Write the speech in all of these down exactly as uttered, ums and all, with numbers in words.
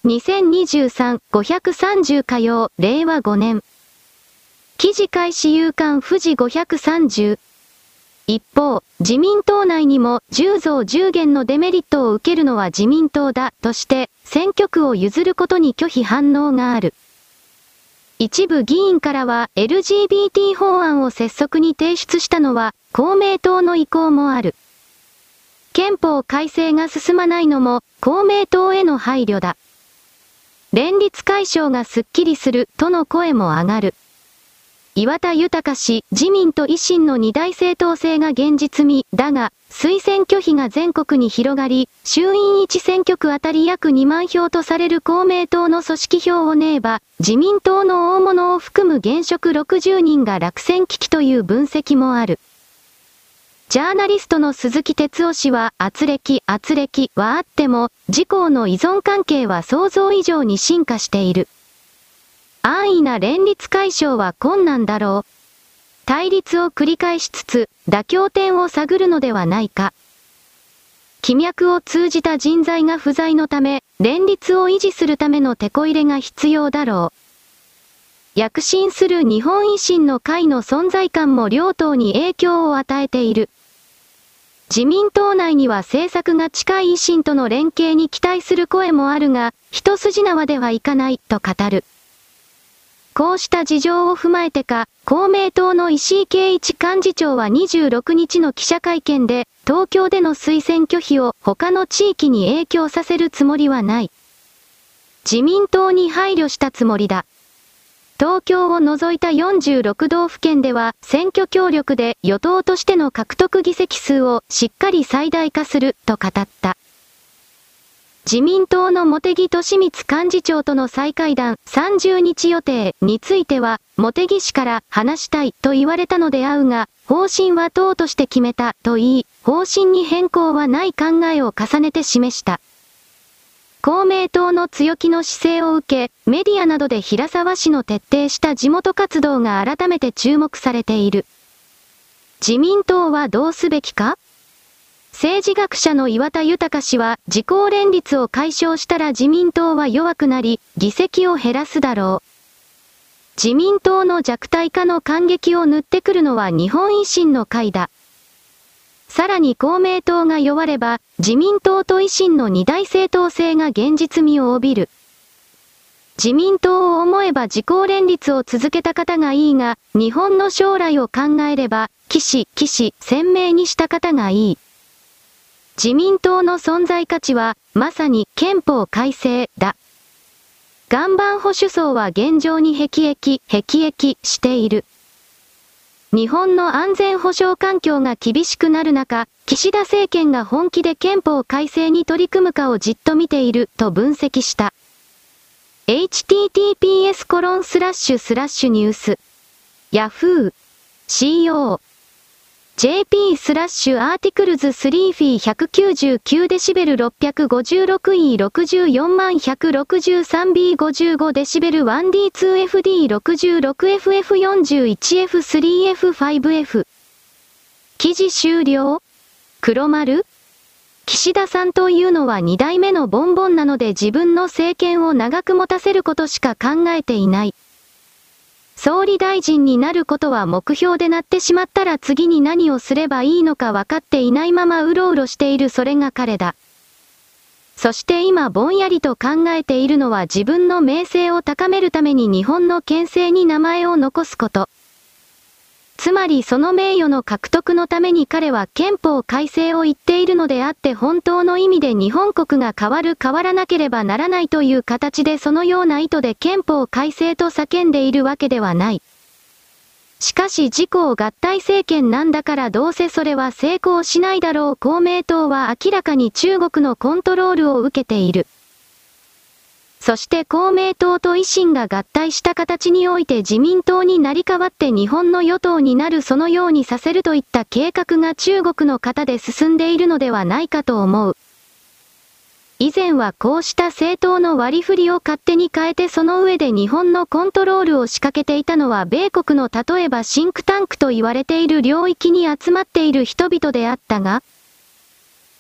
にせんにじゅうさん、ごひゃくさんじゅう火曜、れいわごねん。記事開始夕刊富士ごひゃくさんじゅう。一方、自民党内にもじゅうぞうじゅうげんのデメリットを受けるのは自民党だとして、選挙区を譲ることに拒否反応がある。一部議員からは エルジービーティー 法案を拙速に提出したのは公明党の意向もある。憲法改正が進まないのも公明党への配慮だ。連立解消がすっきりするとの声も上がる。岩田豊氏、自民と維新の二大政党制が現実味だが、推薦拒否が全国に広がり、衆院いち選挙区あたり約にまんひょうとされる公明党の組織票をねば、自民党の大物を含む現職ろくじゅうにんが落選危機という分析もある。ジャーナリストの鈴木哲夫氏は、圧力、圧力はあっても、自公の依存関係は想像以上に進化している。安易な連立解消は困難だろう。対立を繰り返しつつ、妥協点を探るのではないか。気脈を通じた人材が不在のため、連立を維持するためのテこ入れが必要だろう。躍進する日本維新の会の存在感も両党に影響を与えている。自民党内には政策が近い維新との連携に期待する声もあるが、一筋縄ではいかないと語る。こうした事情を踏まえてか、公明党の石井啓一幹事長はにじゅうろくにちの記者会見で、東京での推薦拒否を他の地域に影響させるつもりはない。自民党に配慮したつもりだ。東京を除いたよんじゅうろくどうふけんでは、選挙協力で与党としての獲得議席数をしっかり最大化すると語った。自民党の茂木敏光幹事長との再会談さんじゅうにち予定については、茂木氏から話したいと言われたので会うが、方針は党として決めたと言い、方針に変更はない考えを重ねて示した。公明党の強気の姿勢を受け、メディアなどで平沢氏の徹底した地元活動が改めて注目されている。自民党はどうすべきか？政治学者の岩田豊氏は、自公連立を解消したら自民党は弱くなり、議席を減らすだろう。自民党の弱体化の間隙を縫ってくるのは日本維新の会だ。さらに公明党が弱れば、自民党と維新の二大政党制が現実味を帯びる。自民党を思えば自公連立を続けた方がいいが、日本の将来を考えれば、岸、岸、鮮明にした方がいい。自民党の存在価値は、まさに憲法改正だ。岩盤保守層は現状に辟易、辟易している。日本の安全保障環境が厳しくなる中、岸田政権が本気で憲法改正に取り組むかをじっと見ていると分析した。エイチティーティーピーエスコロンスラッシュスラッシュニュース ヤフー シーオージェーピー スラッシュアーティクルズスリーフィーひゃくきゅうじゅうきゅうデシベルろっぴゃくごじゅうろくイーろくじゅうよんまんひゃくろくじゅうさんビーごじゅうごデシベル ワンディーツーエフディーろくじゅうろくエフエフよんじゅういちエフスリーエフファイブエフ 記事終了？黒丸？岸田さんというのはにだいめのボンボンなので自分の政権を長く持たせることしか考えていない。総理大臣になることは目標でなってしまったら次に何をすればいいのか分かっていないままうろうろしているそれが彼だ。そして今ぼんやりと考えているのは自分の名声を高めるために日本の憲政に名前を残すこと。つまりその名誉の獲得のために彼は憲法改正を言っているのであって本当の意味で日本国が変わる変わらなければならないという形でそのような意図で憲法改正と叫んでいるわけではない。しかし自公合体政権なんだからどうせそれは成功しないだろう。公明党は明らかに中国のコントロールを受けている。そして公明党と維新が合体した形において自民党に成り代わって日本の与党になるそのようにさせるといった計画が中国の方で進んでいるのではないかと思う。以前はこうした政党の割り振りを勝手に変えてその上で日本のコントロールを仕掛けていたのは米国の例えばシンクタンクと言われている領域に集まっている人々であったが、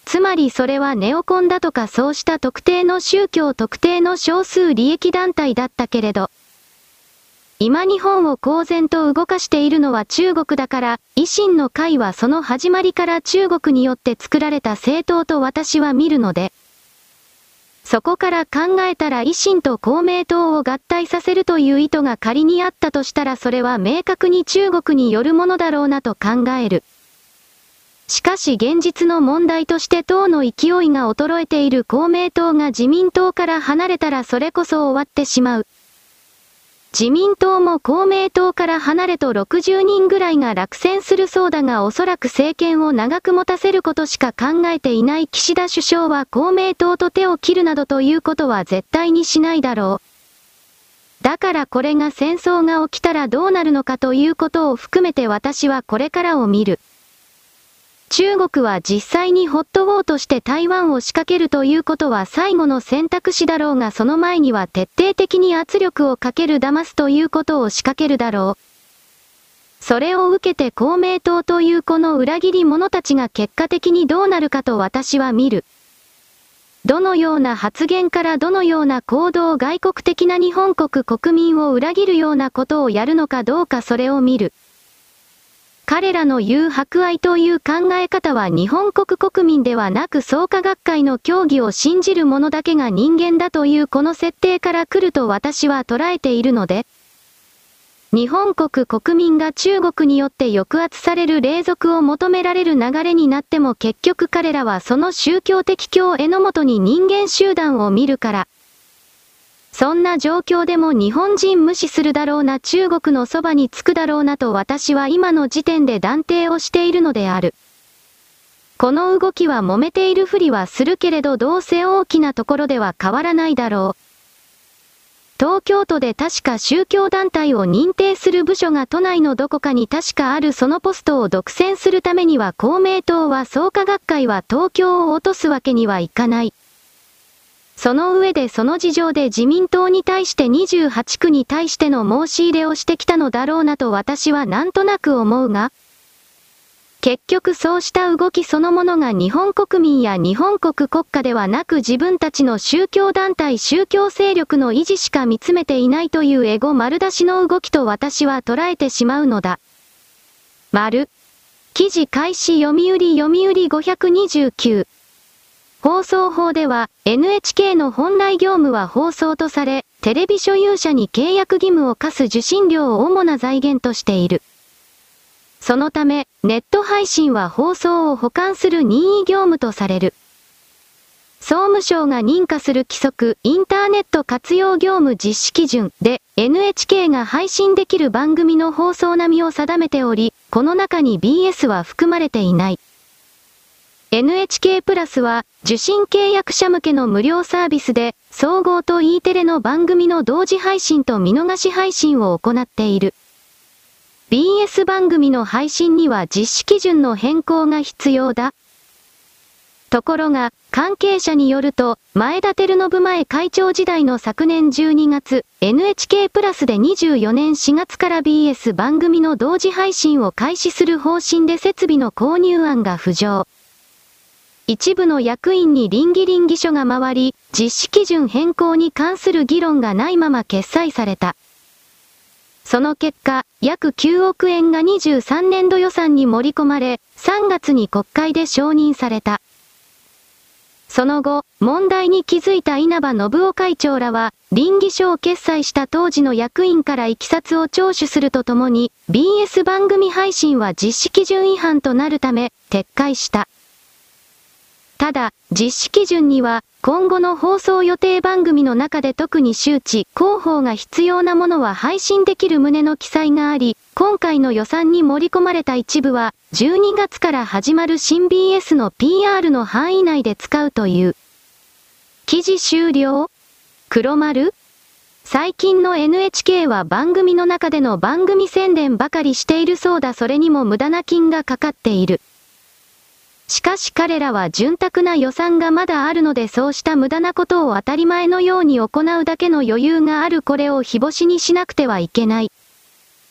つまりそれはネオコンだとかそうした特定の宗教特定の少数利益団体だったけれど、今日本を公然と動かしているのは中国だから、維新の会はその始まりから中国によって作られた政党と私は見るので、そこから考えたら維新と公明党を合体させるという意図が仮にあったとしたらそれは明確に中国によるものだろうなと考える。しかし現実の問題として党の勢いが衰えている公明党が自民党から離れたらそれこそ終わってしまう。自民党も公明党から離れとろくじゅうにんぐらいが落選するそうだがおそらく政権を長く持たせることしか考えていない岸田首相は公明党と手を切るなどということは絶対にしないだろう。だからこれが戦争が起きたらどうなるのかということを含めて私はこれからを見る。中国は実際にホットウォーとして台湾を仕掛けるということは最後の選択肢だろうがその前には徹底的に圧力をかける騙すということを仕掛けるだろう。それを受けて公明党というこの裏切り者たちが結果的にどうなるかと私は見る。どのような発言からどのような行動外国的な日本国国民を裏切るようなことをやるのかどうかそれを見る。彼らの言う博愛という考え方は日本国国民ではなく創価学会の教義を信じる者だけが人間だというこの設定から来ると私は捉えているので、日本国国民が中国によって抑圧される隷属を求められる流れになっても結局彼らはその宗教的教榎本に人間集団を見るから、そんな状況でも日本人無視するだろうな中国のそばにつくだろうなと私は今の時点で断定をしているのである。この動きは揉めているふりはするけれどどうせ大きなところでは変わらないだろう。東京都で確か宗教団体を認定する部署が都内のどこかに確かあるそのポストを独占するためには公明党は創価学会は東京を落とすわけにはいかない。その上でその事情で自民党に対してにじゅうはちくに対しての申し入れをしてきたのだろうなと私はなんとなく思うが、結局そうした動きそのものが日本国民や日本国国家ではなく自分たちの宗教団体宗教勢力の維持しか見つめていないというエゴ丸出しの動きと私は捉えてしまうのだ。丸。記事開始読売読売ごひゃくにじゅうきゅう。放送法では エヌエイチケー の本来業務は放送とされ、テレビ所有者に契約義務を課す受信料を主な財源としている。そのため、ネット配信は放送を補完する任意業務とされる。総務省が認可する規則、インターネット活用業務実施基準で、エヌエイチケー が配信できる番組の放送並みを定めており、この中に ビーエス は含まれていない。エヌエイチケー プラスは、受信契約者向けの無料サービスで、総合と E テレの番組の同時配信と見逃し配信を行っている。ビーエス 番組の配信には実施基準の変更が必要だ。ところが、関係者によると、前田照信前会長時代の昨年じゅうにがつ、エヌエイチケー プラスでにじゅうよねんしがつから ビーエス 番組の同時配信を開始する方針で設備の購入案が浮上。一部の役員に倫理倫議書が回り、実施基準変更に関する議論がないまま決裁された。その結果、約きゅうおくえんがにじゅうさんねんど予算に盛り込まれ、さんがつに国会で承認された。その後、問題に気づいた稲葉信夫会長らは、倫議書を決裁した当時の役員からいきさつを聴取するとともに、ビーエス 番組配信は実施基準違反となるため、撤回した。ただ、実施基準には、今後の放送予定番組の中で特に周知、広報が必要なものは配信できる旨の記載があり、今回の予算に盛り込まれた一部は、じゅうにがつから始まる新 ビーエス の ピーアール の範囲内で使うという。記事終了？黒丸？最近の エヌエイチケー は番組の中での番組宣伝ばかりしているそうだ。それにも無駄な金がかかっている。しかし彼らは潤沢な予算がまだあるのでそうした無駄なことを当たり前のように行うだけの余裕がある。これを日干しにしなくてはいけない。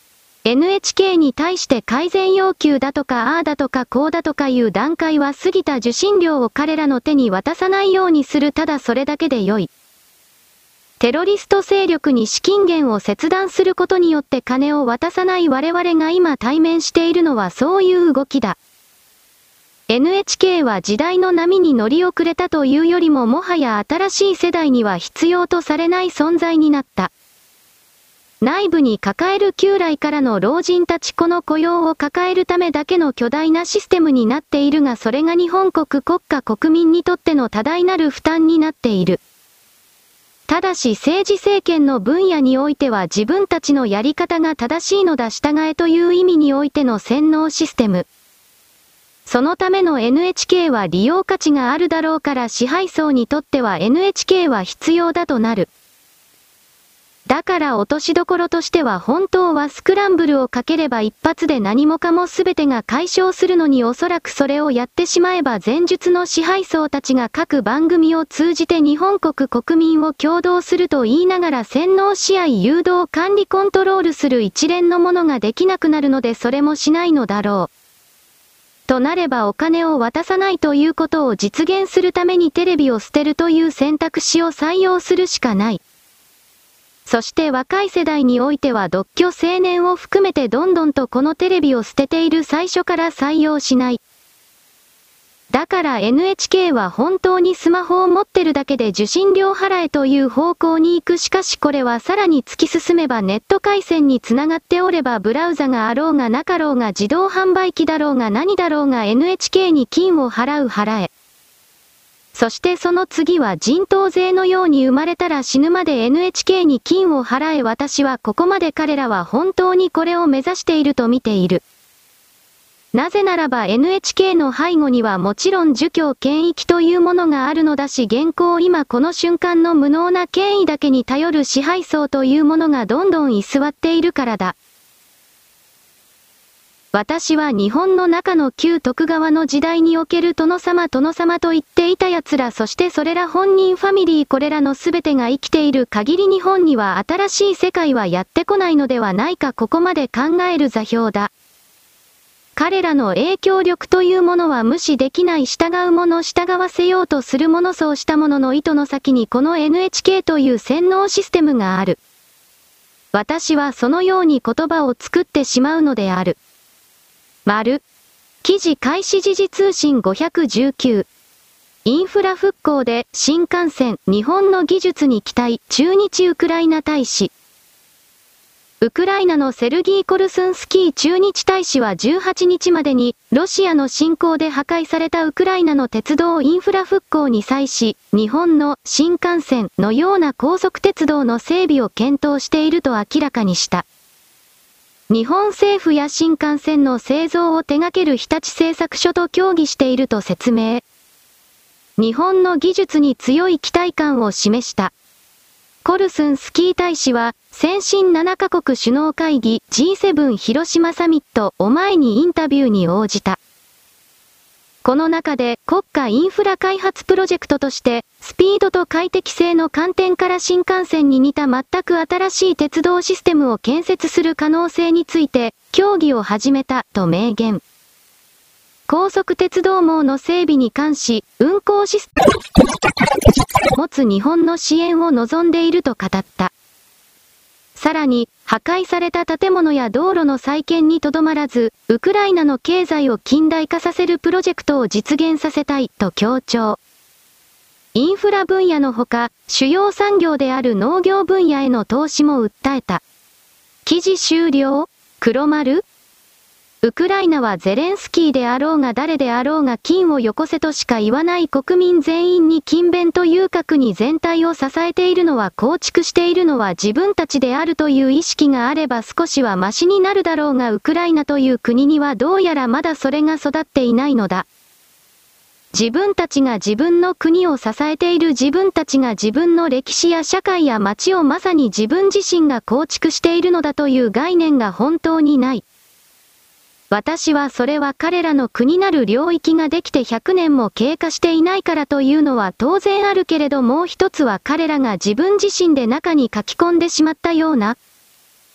エヌエイチケー に対して改善要求だとかああだとかこうだとかいう段階は過ぎた受信料を彼らの手に渡さないようにする、ただそれだけで良い。テロリスト勢力に資金源を切断することによって金を渡さない我々が今対面しているのはそういう動きだ。エヌエイチケー は時代の波に乗り遅れたというよりももはや新しい世代には必要とされない存在になった。内部に抱える旧来からの老人たちこの雇用を抱えるためだけの巨大なシステムになっているがそれが日本国国家国民にとっての多大なる負担になっている。ただし政治政権の分野においては自分たちのやり方が正しいのだ従えという意味においての洗脳システム。そのための エヌエイチケー は利用価値があるだろうから支配層にとっては エヌエイチケー は必要だとなる。だから落としどころとしては本当はスクランブルをかければ一発で何もかも全てが解消するのにおそらくそれをやってしまえば前述の支配層たちが各番組を通じて日本国国民を共同すると言いながら洗脳支配誘導管理コントロールする一連のものができなくなるのでそれもしないのだろう。となればお金を渡さないということを実現するためにテレビを捨てるという選択肢を採用するしかない。そして若い世代においては独居青年を含めてどんどんとこのテレビを捨てている最初から採用しない。だから エヌエイチケー は本当にスマホを持ってるだけで受信料払えという方向に行く。しかしこれはさらに突き進めばネット回線につながっておればブラウザがあろうがなかろうが自動販売機だろうが何だろうが エヌエイチケー に金を払う払え。そしてその次は人頭税のように生まれたら死ぬまで エヌエイチケー に金を払え。私はここまで彼らは本当にこれを目指していると見ている。なぜならば エヌエイチケー の背後にはもちろん儒教権益というものがあるのだし現行今この瞬間の無能な権威だけに頼る支配層というものがどんどん居座っているからだ。私は日本の中の旧徳川の時代における殿様殿様と言っていた奴らそしてそれら本人ファミリーこれらのすべてが生きている限り日本には新しい世界はやってこないのではないか。ここまで考える座標だ。彼らの影響力というものは無視できない。従うもの従わせようとするものそうしたものの意図の先にこの エヌエイチケー という洗脳システムがある。私はそのように言葉を作ってしまうのである。丸。記事開始時事通信ごひゃくじゅうきゅう。インフラ復興で新幹線、日本の技術に期待、駐日ウクライナ大使。ウクライナのセルギー・コルスンスキー駐日大使はじゅうはちにちまでに、ロシアの侵攻で破壊されたウクライナの鉄道インフラ復興に際し、日本の新幹線のような高速鉄道の整備を検討していると明らかにした。日本政府や新幹線の製造を手掛ける日立製作所と協議していると説明。日本の技術に強い期待感を示した。コルスンスキー大使は、先進ななカ国首脳会議 ジーセブン 広島サミットを前にインタビューに応じた。この中で国家インフラ開発プロジェクトとして、スピードと快適性の観点から新幹線に似た全く新しい鉄道システムを建設する可能性について、協議を始めたと明言。高速鉄道網の整備に関し、運行システムを持つ日本の支援を望んでいると語った。さらに、破壊された建物や道路の再建にとどまらず、ウクライナの経済を近代化させるプロジェクトを実現させたいと強調。インフラ分野のほか、主要産業である農業分野への投資も訴えた。記事終了？黒丸？ウクライナはゼレンスキーであろうが誰であろうが金をよこせとしか言わない国民全員に勤勉というか国全体を支えているのは構築しているのは自分たちであるという意識があれば少しはマシになるだろうがウクライナという国にはどうやらまだそれが育っていないのだ。自分たちが自分の国を支えている自分たちが自分の歴史や社会や街をまさに自分自身が構築しているのだという概念が本当にない。私はそれは彼らの国なる領域ができてひゃくねんも経過していないからというのは当然あるけれどもう一つは彼らが自分自身で中に書き込んでしまったような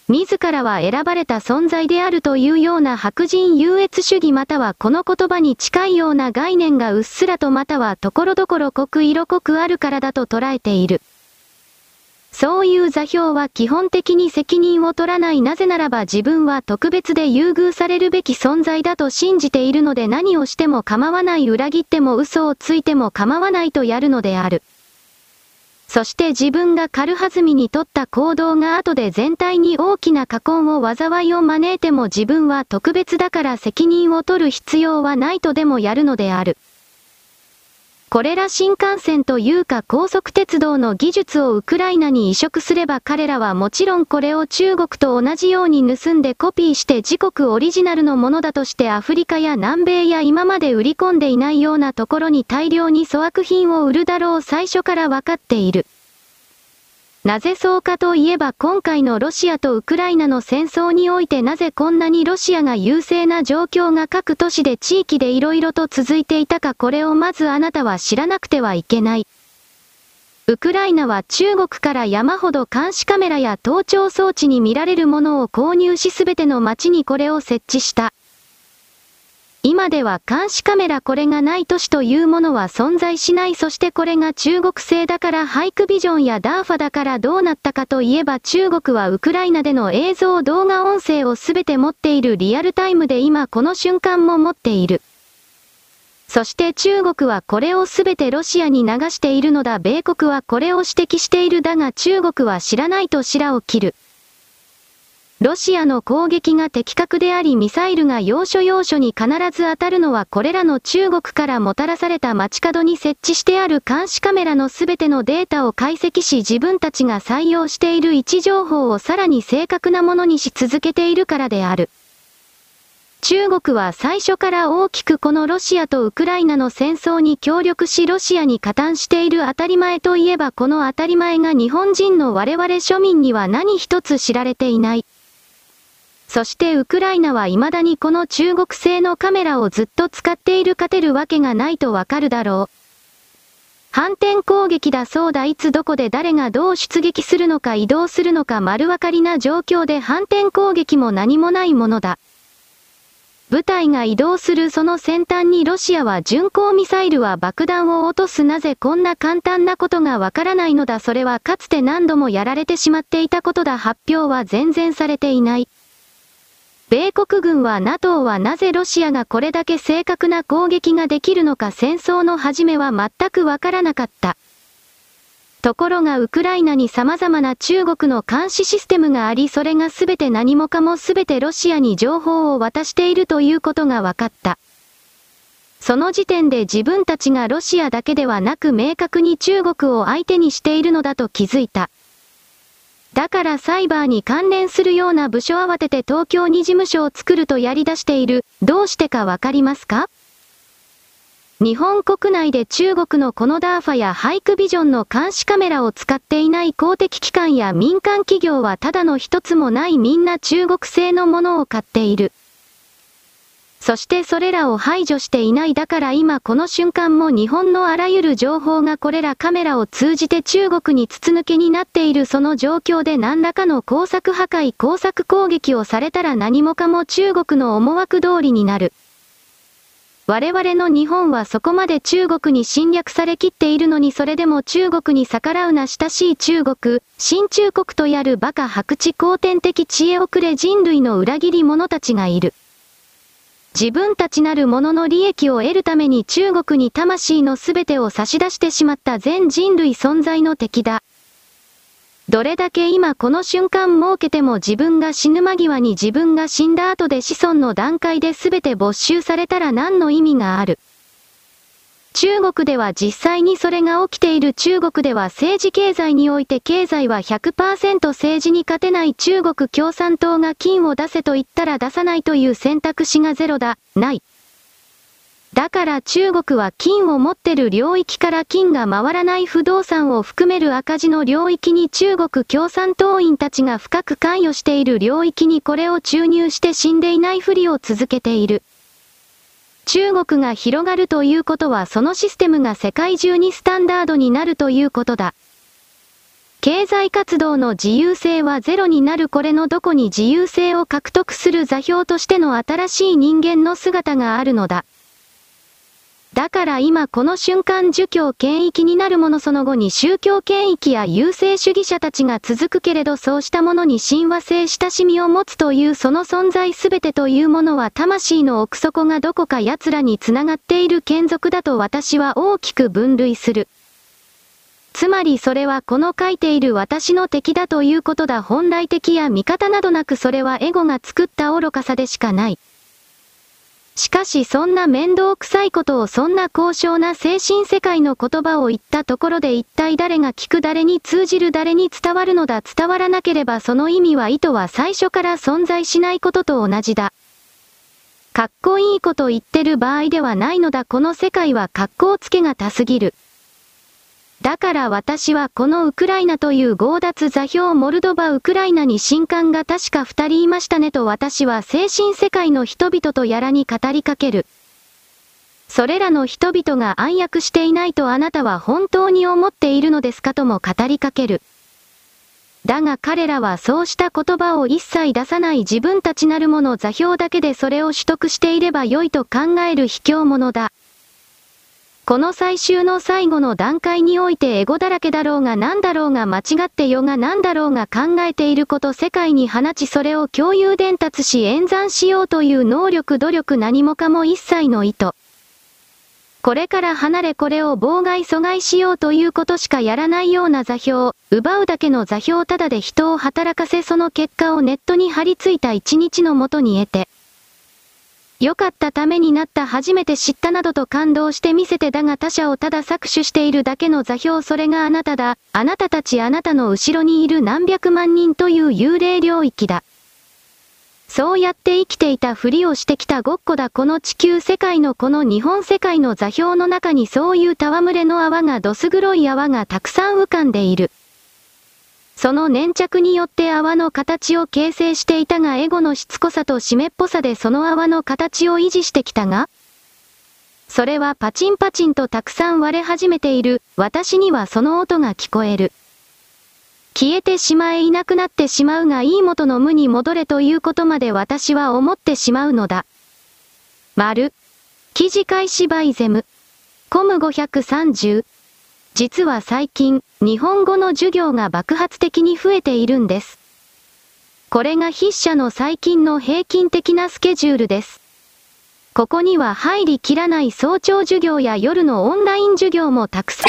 自らは選ばれた存在であるというような白人優越主義またはこの言葉に近いような概念がうっすらとまたはところどころ濃く色濃くあるからだと捉えている。そういう座標は基本的に責任を取らない。なぜならば自分は特別で優遇されるべき存在だと信じているので何をしても構わない、裏切っても嘘をついても構わないとやるのである。そして自分が軽はずみに取った行動が後で全体に大きな禍根を災いを招いても自分は特別だから責任を取る必要はないとでもやるのである。これら新幹線というか高速鉄道の技術をウクライナに移植すれば彼らはもちろんこれを中国と同じように盗んでコピーして自国オリジナルのものだとしてアフリカや南米や今まで売り込んでいないようなところに大量に粗悪品を売るだろう。最初からわかっている。なぜそうかといえば今回のロシアとウクライナの戦争においてなぜこんなにロシアが優勢な状況が各都市で地域で色々と続いていたか、これをまずあなたは知らなくてはいけない。ウクライナは中国から山ほど監視カメラや盗聴装置に見られるものを購入しすべての街にこれを設置した。今では監視カメラこれがない都市というものは存在しない。そしてこれが中国製だからハイクビジョンやダーファだからどうなったかといえば中国はウクライナでの映像動画音声をすべて持っている。リアルタイムで今この瞬間も持っている。そして中国はこれをすべてロシアに流しているのだ。米国はこれを指摘している。だが中国は知らないと白を切る。ロシアの攻撃が的確でありミサイルが要所要所に必ず当たるのはこれらの中国からもたらされた街角に設置してある監視カメラのすべてのデータを解析し自分たちが採用している位置情報をさらに正確なものにし続けているからである。中国は最初から大きくこのロシアとウクライナの戦争に協力しロシアに加担している。当たり前といえばこの当たり前が日本人の我々庶民には何一つ知られていない。そしてウクライナは未だにこの中国製のカメラをずっと使っている。勝てるわけがないとわかるだろう。反転攻撃だそうだ。いつどこで誰がどう出撃するのか移動するのか丸分かりな状況で反転攻撃も何もないものだ。部隊が移動するその先端にロシアは巡航ミサイルは爆弾を落とす。なぜこんな簡単なことがわからないのだ。それはかつて何度もやられてしまっていたことだ。発表は全然されていない。米国軍は ナトー はなぜロシアがこれだけ正確な攻撃ができるのか戦争の始めは全くわからなかった。ところがウクライナに様々な中国の監視システムがありそれがすべて何もかもすべてロシアに情報を渡しているということが分かった。その時点で自分たちがロシアだけではなく明確に中国を相手にしているのだと気づいた。だからサイバーに関連するような部署慌てて東京に事務所を作るとやり出している。どうしてかわかりますか？日本国内で中国のこのダーファやハイクビジョンの監視カメラを使っていない公的機関や民間企業はただの一つもない。みんな中国製のものを買っている。そしてそれらを排除していない。だから今この瞬間も日本のあらゆる情報がこれらカメラを通じて中国に筒抜けになっている。その状況で何らかの工作破壊工作攻撃をされたら何もかも中国の思惑通りになる。我々の日本はそこまで中国に侵略されきっているのにそれでも中国に逆らうな親しい中国、新中国とやるバカ白痴後天的知恵遅れ人類の裏切り者たちがいる。自分たちなるものの利益を得るために中国に魂のすべてを差し出してしまった全人類存在の敵だ。どれだけ今この瞬間設けても自分が死ぬ間際に自分が死んだ後で子孫の段階で全て没収されたら何の意味がある。中国では実際にそれが起きている。中国では政治経済において経済は ひゃくパーセント 政治に勝てない。中国共産党が金を出せと言ったら出さないという選択肢がゼロだ、ない。だから中国は金を持ってる領域から金が回らない不動産を含める赤字の領域に中国共産党員たちが深く関与している領域にこれを注入して死んでいないふりを続けている。中国が広がるということはそのシステムが世界中にスタンダードになるということだ。 経済活動の自由性はゼロになる。これのどこに自由性を獲得する座標としての新しい人間の姿があるのだ。だから今この瞬間儒教権益になるもの、その後に宗教権益や優生主義者たちが続くけれど、そうしたものに親和性親しみを持つというその存在すべてというものは魂の奥底がどこか奴らにつながっている眷属だと私は大きく分類する。つまりそれはこの書いている私の敵だということだ。本来敵や味方などなく、それはエゴが作った愚かさでしかない。しかしそんな面倒くさいことを、そんな高尚な精神世界の言葉を言ったところで一体誰が聞く、誰に通じる、誰に伝わるのだ。伝わらなければその意味は意図は最初から存在しないことと同じだ。かっこいいこと言ってる場合ではないのだ。この世界はかっこつけがたすぎる。だから私はこのウクライナという強奪座標モルドバウクライナに神官が確か二人いましたねと私は精神世界の人々とやらに語りかける。それらの人々が暗躍していないとあなたは本当に思っているのですかとも語りかける。だが彼らはそうした言葉を一切出さない。自分たちなるもの座標だけでそれを取得していれば良いと考える卑怯者だ。この最終の最後の段階においてエゴだらけだろうが何だろうが間違ってよが何だろうが考えていること世界に放ち、それを共有伝達し演算しようという能力努力何もかも一切の意図。これから離れこれを妨害阻害しようということしかやらないような座標、奪うだけの座標ただで人を働かせ、その結果をネットに貼り付いた一日のもとに得て。良かったためになった、初めて知ったなどと感動して見せて、だが他者をただ搾取しているだけの座標、それがあなただ。あなたたち、あなたの後ろにいる何百万人という幽霊領域だ。そうやって生きていたふりをしてきたごっこだ。この地球世界のこの日本世界の座標の中にそういう戯れの泡が、どす黒い泡がたくさん浮かんでいる。その粘着によって泡の形を形成していたが、エゴのしつこさと湿っぽさでその泡の形を維持してきたが、それはパチンパチンとたくさん割れ始めている。私にはその音が聞こえる。消えてしまえ、いなくなってしまうがいい、元の無に戻れということまで私は思ってしまうのだ。丸。記事開始バイゼム。コムごひゃくさんじゅう。実は最近、日本語の授業が爆発的に増えているんです。これが筆者の最近の平均的なスケジュールです。ここには入りきらない早朝授業や夜のオンライン授業もたくさん。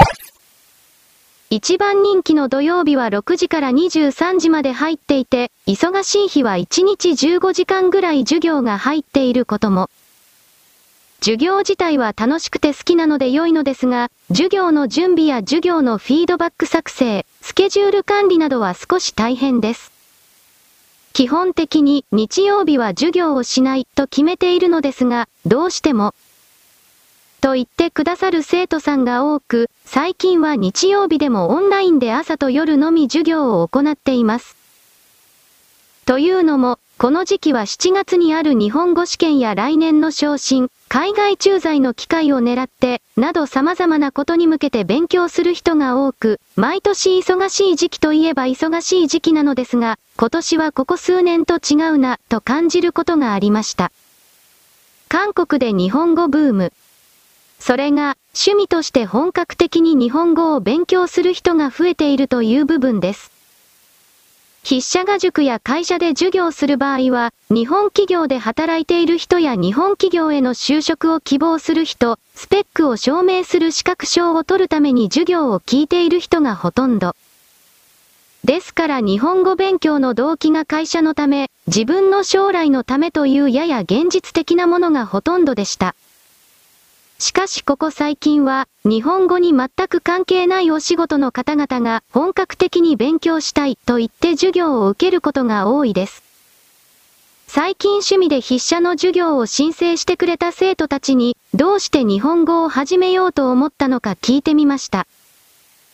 一番人気の土曜日はろくじからにじゅうさんじまで入っていて、忙しい日はいちにちじゅうごじかんぐらい授業が入っていることも。授業自体は楽しくて好きなので良いのですが、授業の準備や授業のフィードバック作成、スケジュール管理などは少し大変です。基本的に日曜日は授業をしないと決めているのですが、どうしても、と言ってくださる生徒さんが多く、最近は日曜日でもオンラインで朝と夜のみ授業を行っています。というのも、この時期はしちがつにある日本語試験や来年の昇進、海外駐在の機会を狙って、など様々なことに向けて勉強する人が多く、毎年忙しい時期といえば忙しい時期なのですが、今年はここ数年と違うな、と感じることがありました。韓国で日本語ブーム。それが、趣味として本格的に日本語を勉強する人が増えているという部分です。筆者が塾や会社で授業する場合は、日本企業で働いている人や日本企業への就職を希望する人、スペックを証明する資格証を取るために授業を聞いている人がほとんど。ですから日本語勉強の動機が会社のため、自分の将来のためというやや現実的なものがほとんどでした。しかしここ最近は、日本語に全く関係ないお仕事の方々が本格的に勉強したいと言って授業を受けることが多いです。最近趣味で筆者の授業を申請してくれた生徒たちに、どうして日本語を始めようと思ったのか聞いてみました。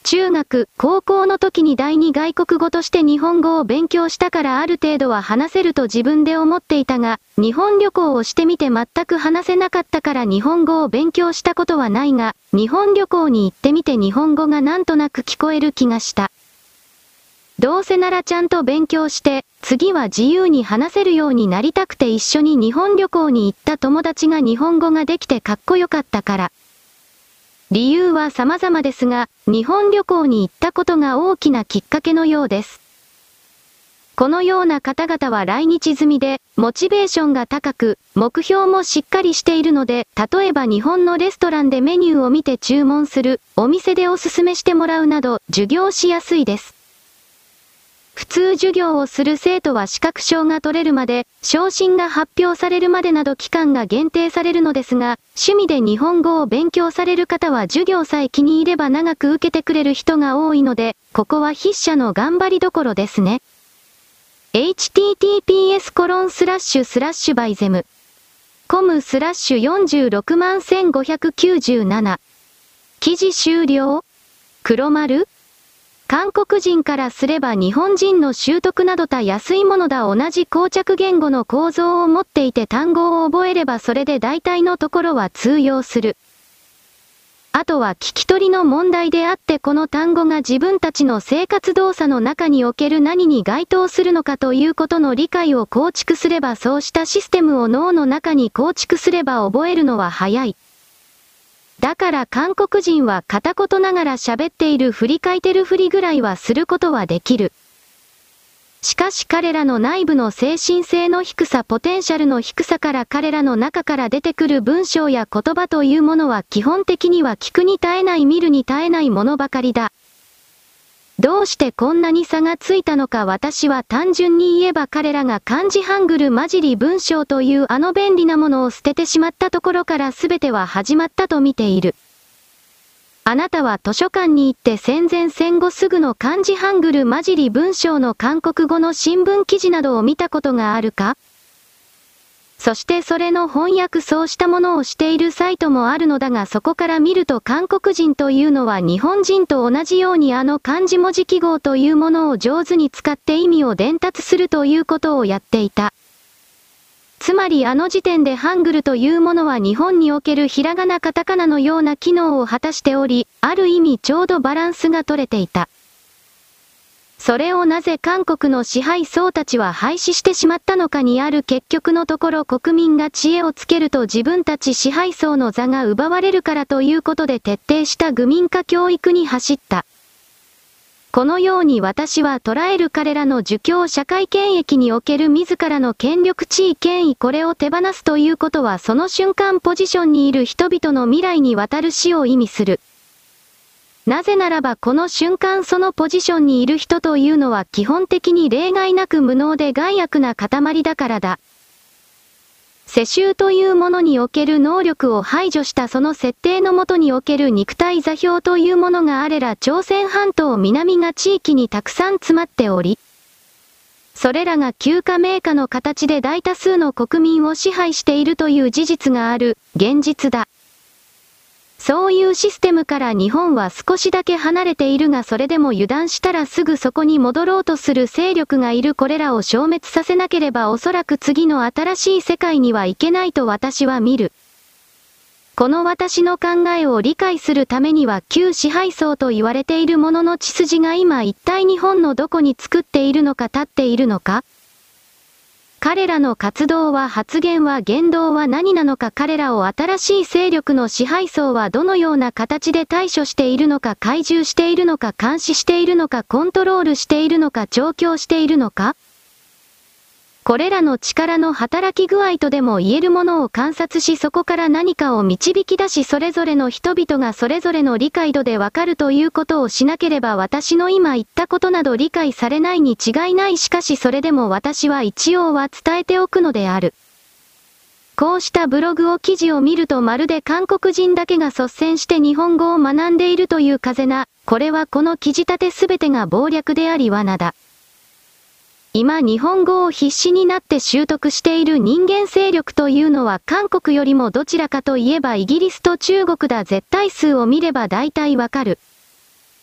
中学、高校の時に第二外国語として日本語を勉強したからある程度は話せると自分で思っていたが、日本旅行をしてみて全く話せなかったから日本語を勉強したことはないが、日本旅行に行ってみて日本語がなんとなく聞こえる気がした。どうせならちゃんと勉強して、次は自由に話せるようになりたくて一緒に日本旅行に行った友達が日本語ができてかっこよかったから。理由は様々ですが、日本旅行に行ったことが大きなきっかけのようです。このような方々は来日済みで、モチベーションが高く、目標もしっかりしているので、例えば日本のレストランでメニューを見て注文する、お店でおすすめしてもらうなど、授業しやすいです。普通授業をする生徒は資格証が取れるまで、昇進が発表されるまでなど期間が限定されるのですが、趣味で日本語を勉強される方は授業さえ気に入れば長く受けてくれる人が多いので、ここは筆者の頑張りどころですね。エイチティーティーピーエスコロンスラッシュスラッシュバイゼムコムスラッシュよんじゅうろくまんせんごひゃくきゅうじゅうなな記事終了黒丸韓国人からすれば日本人の習得などた安いものだ同じ膠着言語の構造を持っていて単語を覚えればそれで大体のところは通用する。あとは聞き取りの問題であってこの単語が自分たちの生活動作の中における何に該当するのかということの理解を構築すればそうしたシステムを脳の中に構築すれば覚えるのは早い。だから韓国人は片言ながら喋っている振り書いてるふりぐらいはすることはできる。しかし彼らの内部の精神性の低さポテンシャルの低さから彼らの中から出てくる文章や言葉というものは基本的には聞くに耐えない見るに耐えないものばかりだ。どうしてこんなに差がついたのか私は単純に言えば彼らが漢字ハングル混じり文章というあの便利なものを捨ててしまったところから全ては始まったと見ている。あなたは図書館に行って戦前戦後すぐの漢字ハングル混じり文章の韓国語の新聞記事などを見たことがあるか？そしてそれの翻訳そうしたものをしているサイトもあるのだがそこから見ると韓国人というのは日本人と同じようにあの漢字文字記号というものを上手に使って意味を伝達するということをやっていた。つまりあの時点でハングルというものは日本におけるひらがなカタカナのような機能を果たしており、ある意味ちょうどバランスが取れていた。それをなぜ韓国の支配層たちは廃止してしまったのかにある結局のところ国民が知恵をつけると自分たち支配層の座が奪われるからということで徹底した愚民化教育に走った。このように私は捉える彼らの儒教社会権益における自らの権力地位権威これを手放すということはその瞬間ポジションにいる人々の未来にわたる死を意味する。なぜならばこの瞬間そのポジションにいる人というのは基本的に例外なく無能で害悪な塊だからだ。世襲というものにおける能力を排除したその設定のもとにおける肉体座標というものがあれら朝鮮半島南が地域にたくさん詰まっており、それらが旧家名家の形で大多数の国民を支配しているという事実がある現実だ。そういうシステムから日本は少しだけ離れているがそれでも油断したらすぐそこに戻ろうとする勢力がいるこれらを消滅させなければおそらく次の新しい世界にはいけないと私は見る。この私の考えを理解するためには旧支配層と言われているものの血筋が今一体日本のどこに作っているのか立っているのか？彼らの活動は発言は言動は何なのか彼らを新しい勢力の支配層はどのような形で対処しているのか懐柔しているのか監視しているのかコントロールしているのか調教しているのかこれらの力の働き具合とでも言えるものを観察しそこから何かを導き出しそれぞれの人々がそれぞれの理解度でわかるということをしなければ私の今言ったことなど理解されないに違いないしかしそれでも私は一応は伝えておくのである。こうしたブログを記事を見るとまるで韓国人だけが率先して日本語を学んでいるという風な、これはこの記事立てすべてが謀略であり罠だ。今日本語を必死になって習得している人間勢力というのは韓国よりもどちらかといえばイギリスと中国だ絶対数を見れば大体わかる。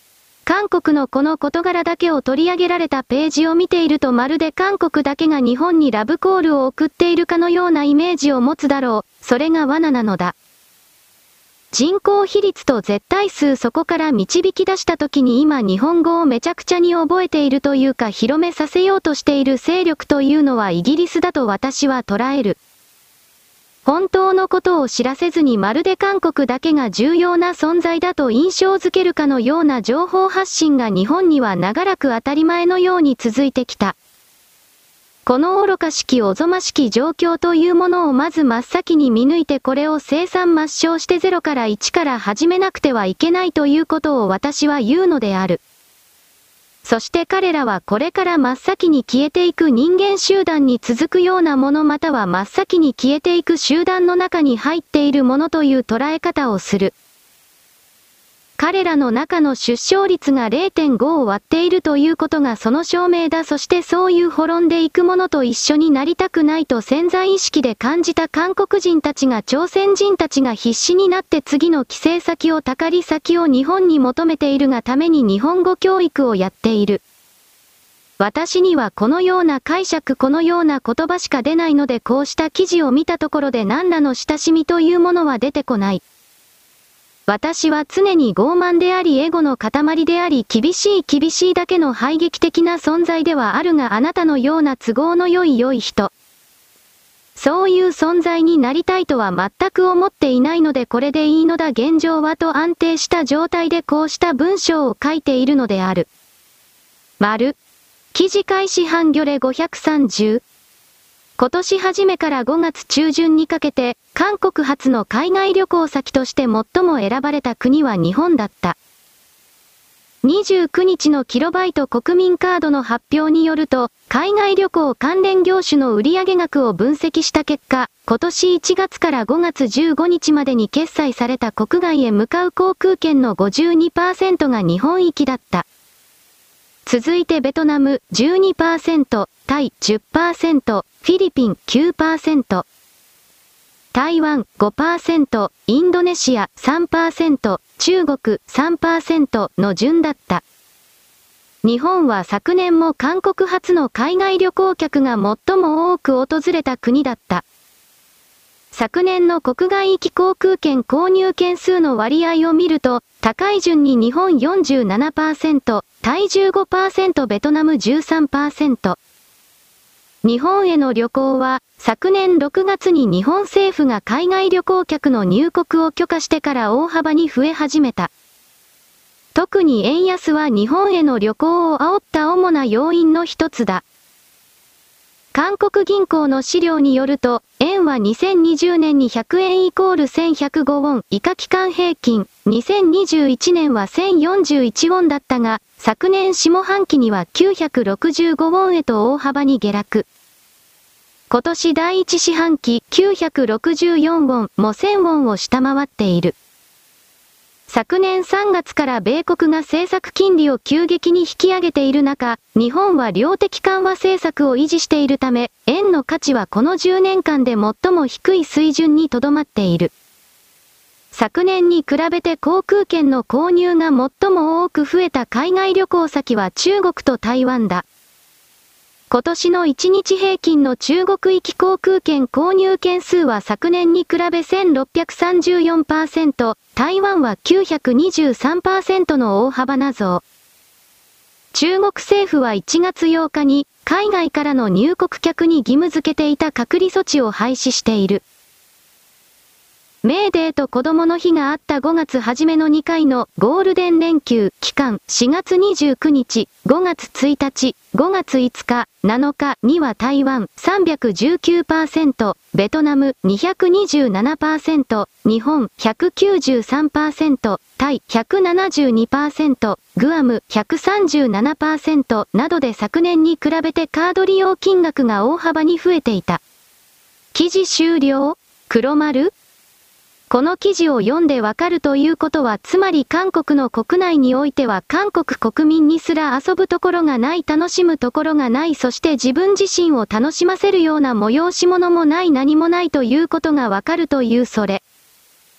韓国のこの事柄だけを取り上げられたページを見ているとまるで韓国だけが日本にラブコールを送っているかのようなイメージを持つだろう。それが罠なのだ。人口比率と絶対数そこから導き出した時に今日本語をめちゃくちゃに覚えているというか広めさせようとしている勢力というのはイギリスだと私は捉える。本当のことを知らせずにまるで韓国だけが重要な存在だと印象づけるかのような情報発信が日本には長らく当たり前のように続いてきた。この愚かしきおぞましき状況というものをまず真っ先に見抜いてこれを清算抹消してゼロからいちから始めなくてはいけないということを私は言うのである。そして彼らはこれから真っ先に消えていく人間集団に続くようなものまたは真っ先に消えていく集団の中に入っているものという捉え方をする。彼らの中の出生率が れいてんご を割っているということがその証明だ。そしてそういう滅んでいくものと一緒になりたくないと潜在意識で感じた韓国人たちが朝鮮人たちが必死になって次の帰省先をたかり先を日本に求めているがために日本語教育をやっている。私にはこのような解釈このような言葉しか出ないのでこうした記事を見たところで何らの親しみというものは出てこない。私は常に傲慢でありエゴの塊であり厳しい厳しいだけの排撃的な存在ではあるがあなたのような都合の良い良い人。そういう存在になりたいとは全く思っていないのでこれでいいのだ現状はと安定した状態でこうした文章を書いているのである。丸。記事開始半魚レごひゃくさんじゅう。今年初めからごがつ中旬にかけて、韓国初の海外旅行先として最も選ばれた国は日本だった。にじゅうくにちのキロバイト国民カードの発表によると、海外旅行関連業種の売上額を分析した結果、今年いちがつからごがつじゅうごにちまでに決済された国外へ向かう航空券の ごじゅうにパーセント が日本行きだった。続いてベトナム じゅうにパーセント、タイ じゅっパーセント、フィリピン きゅうパーセント、台湾 ごパーセント、インドネシア さんパーセント、中国 さんパーセント の順だった。日本は昨年も韓国発の海外旅行客が最も多く訪れた国だった。昨年の国外行き航空券購入件数の割合を見ると、高い順に日本 よんじゅうななパーセント、タイ じゅうごパーセント、ベトナム じゅうさんパーセント。日本への旅行は、昨年ろくがつに日本政府が海外旅行客の入国を許可してから大幅に増え始めた。特に円安は日本への旅行を煽った主な要因の一つだ。韓国銀行の資料によると、円はにせんにじゅうねんにひゃくえんイコールせんひゃくごウォン以下期間平均、にせんにじゅういちねんはせんよんじゅういちウォンだったが、昨年下半期にはきゅうひゃくろくじゅうごウォンへと大幅に下落。今年第一四半期きゅうひゃくろくじゅうよんウォンもせんウォンを下回っている。昨年さんがつから米国が政策金利を急激に引き上げている中、日本は量的緩和政策を維持しているため、円の価値はこのじゅうねんかんで最も低い水準にとどまっている。昨年に比べて航空券の購入が最も多く増えた海外旅行先は中国と台湾だ。今年のいちにち平均の中国行き航空券購入件数は昨年に比べ せんろっぴゃくさんじゅうよんパーセント、台湾は きゅうひゃくにじゅうさんパーセント の大幅な増。中国政府はいちがつようかに海外からの入国客に義務付けていた隔離措置を廃止している。メーデーと子供の日があったごがつ初めのにかいのゴールデン連休期間しがつにじゅうくにち、ごがつついたち、ごがついつか、なのかには台湾 さんびゃくじゅうきゅうパーセント、ベトナム にひゃくにじゅうななパーセント、日本 ひゃくきゅうじゅうさんパーセント、タイ ひゃくななじゅうにパーセント、グアム ひゃくさんじゅうななパーセント などで昨年に比べてカード利用金額が大幅に増えていた。記事終了？黒丸？この記事を読んでわかるということはつまり韓国の国内においては韓国国民にすら遊ぶところがない楽しむところがないそして自分自身を楽しませるような催し物もない何もないということがわかるというそれ。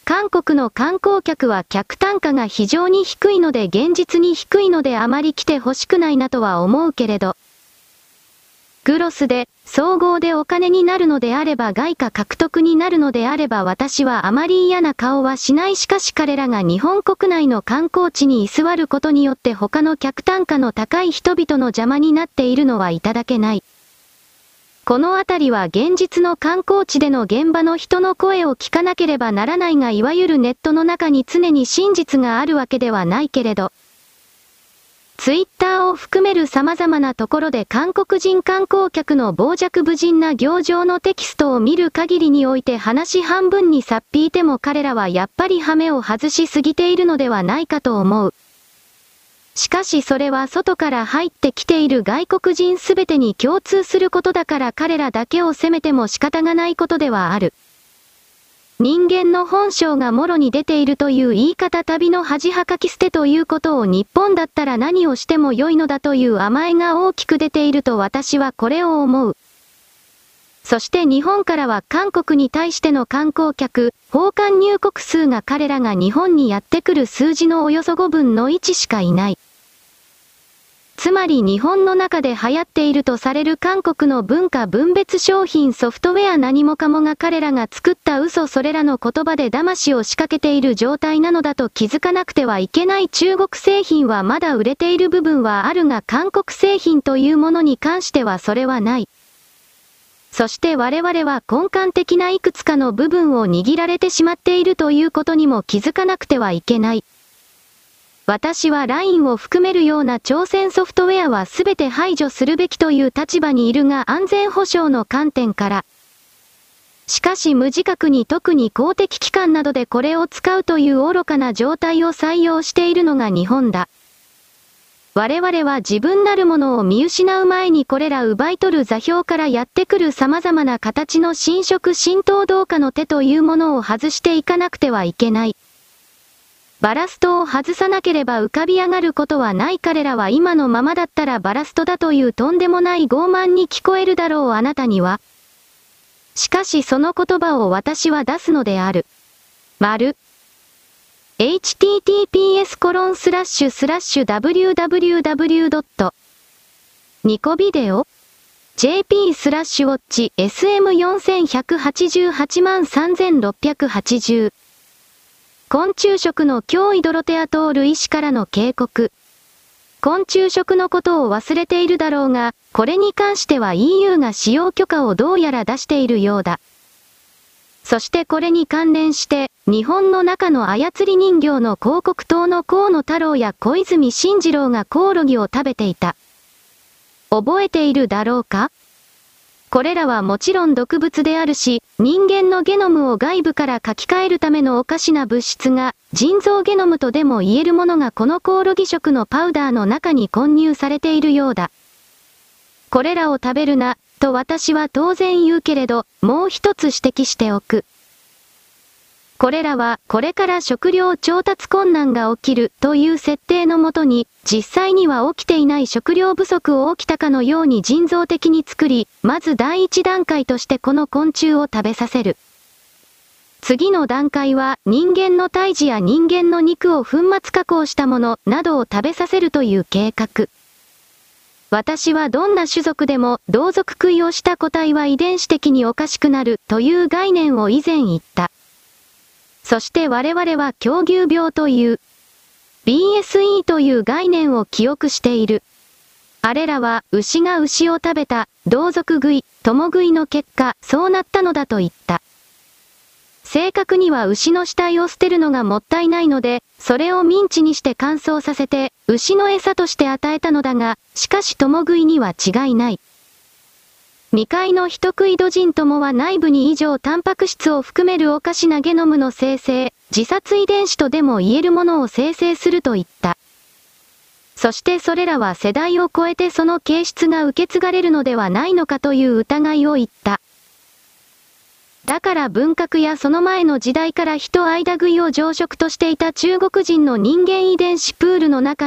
韓国の観光客は客単価が非常に低いので現実に低いのであまり来てほしくないなとは思うけれど。グロスで、総合でお金になるのであれば外貨獲得になるのであれば私はあまり嫌な顔はしない。しかし彼らが日本国内の観光地に居座ることによって他の客単価の高い人々の邪魔になっているのはいただけない。このあたりは現実の観光地での現場の人の声を聞かなければならないがいわゆるネットの中に常に真実があるわけではないけれど。ツイッターを含める様々なところで韓国人観光客の傍若無人な行状のテキストを見る限りにおいて話半分にさっぴいても彼らはやっぱり羽目を外しすぎているのではないかと思う。しかしそれは外から入ってきている外国人すべてに共通することだから彼らだけを責めても仕方がないことではある。人間の本性がもろに出ているという言い方旅の恥はかき捨てということを日本だったら何をしても良いのだという甘えが大きく出ていると私はこれを思う。そして日本からは韓国に対しての観光客、訪韓入国数が彼らが日本にやってくる数字のおよそごぶんのいちしかいない。つまり日本の中で流行っているとされる韓国の文化分別商品ソフトウェア何もかもが彼らが作った嘘それらの言葉で騙しを仕掛けている状態なのだと気づかなくてはいけない。中国製品はまだ売れている部分はあるが韓国製品というものに関してはそれはない。そして我々は根幹的ないくつかの部分を握られてしまっているということにも気づかなくてはいけない。私は ライン を含めるような挑戦ソフトウェアはすべて排除するべきという立場にいるが安全保障の観点から。しかし無自覚に特に公的機関などでこれを使うという愚かな状態を採用しているのが日本だ。我々は自分なるものを見失う前にこれら奪い取る座標からやってくる様々な形の侵食浸透同化の手というものを外していかなくてはいけない。バラストを外さなければ浮かび上がることはない。彼らは今のままだったらバラストだというとんでもない傲慢に聞こえるだろうあなたには。しかしその言葉を私は出すのである。丸。エイチティーティーピーエスコロンスラッシュスラッシュダブリューダブリューダブリュードットニコビデオ ジェーピー スラッシュウォッチ エスエムよんせんひゃくはちじゅうはちまんさんぜんろっぴゃくはちじゅう昆虫食の脅威ドロテアトール医師からの警告。昆虫食のことを忘れているだろうが、これに関しては イーユー が使用許可をどうやら出しているようだ。そしてこれに関連して、日本の中の操り人形の広告塔の河野太郎や小泉進次郎がコオロギを食べていた。覚えているだろうか？これらはもちろん毒物であるし、人間のゲノムを外部から書き換えるためのおかしな物質が、人造ゲノムとでも言えるものがこのコオロギ食のパウダーの中に混入されているようだ。これらを食べるな、と私は当然言うけれど、もう一つ指摘しておく。これらは、これから食料調達困難が起きるという設定のもとに、実際には起きていない食料不足を起きたかのように人造的に作り、まず第一段階としてこの昆虫を食べさせる。次の段階は人間の胎児や人間の肉を粉末加工したものなどを食べさせるという計画。私はどんな種族でも同族食いをした個体は遺伝子的におかしくなるという概念を以前言った。そして我々は狂牛病という ビーエスイー という概念を記憶している。あれらは牛が牛を食べた同族食い、共食いの結果、そうなったのだと言った。正確には牛の死体を捨てるのがもったいないので、それをミンチにして乾燥させて、牛の餌として与えたのだが、しかし共食いには違いない。未開の人食いドジン友は内部に以上タンパク質を含めるおかしなゲノムの生成、自殺遺伝子とでも言えるものを生成すると言った。そしてそれらは世代を超えてその形質が受け継がれるのではないのかという疑いを言った。だから文革やその前の時代から人間食いを常食としていた中国人の人間遺伝子プールの中に、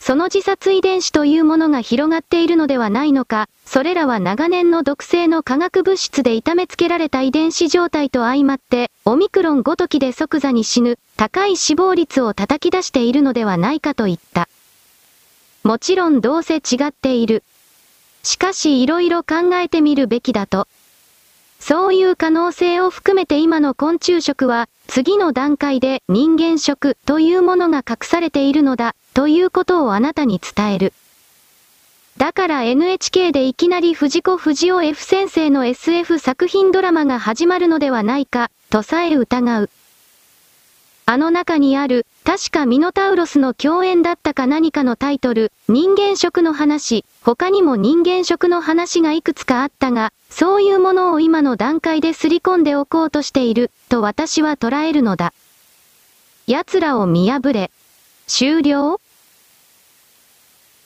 その自殺遺伝子というものが広がっているのではないのか、それらは長年の毒性の化学物質で痛めつけられた遺伝子状態と相まって、オミクロンごときで即座に死ぬ、高い死亡率を叩き出しているのではないかと言った。もちろんどうせ違っている。しかしいろいろ考えてみるべきだと。そういう可能性を含めて今の昆虫食は、次の段階で人間食というものが隠されているのだ、ということをあなたに伝える。だから エヌエイチケー でいきなり藤子不二雄 F 先生の エスエフ 作品ドラマが始まるのではないか、とさえ疑う。あの中にある、確かミノタウロスの共演だったか何かのタイトル、人間食の話、他にも人間食の話がいくつかあったが、そういうものを今の段階で刷り込んでおこうとしている、と私は捉えるのだ。奴らを見破れ。終了？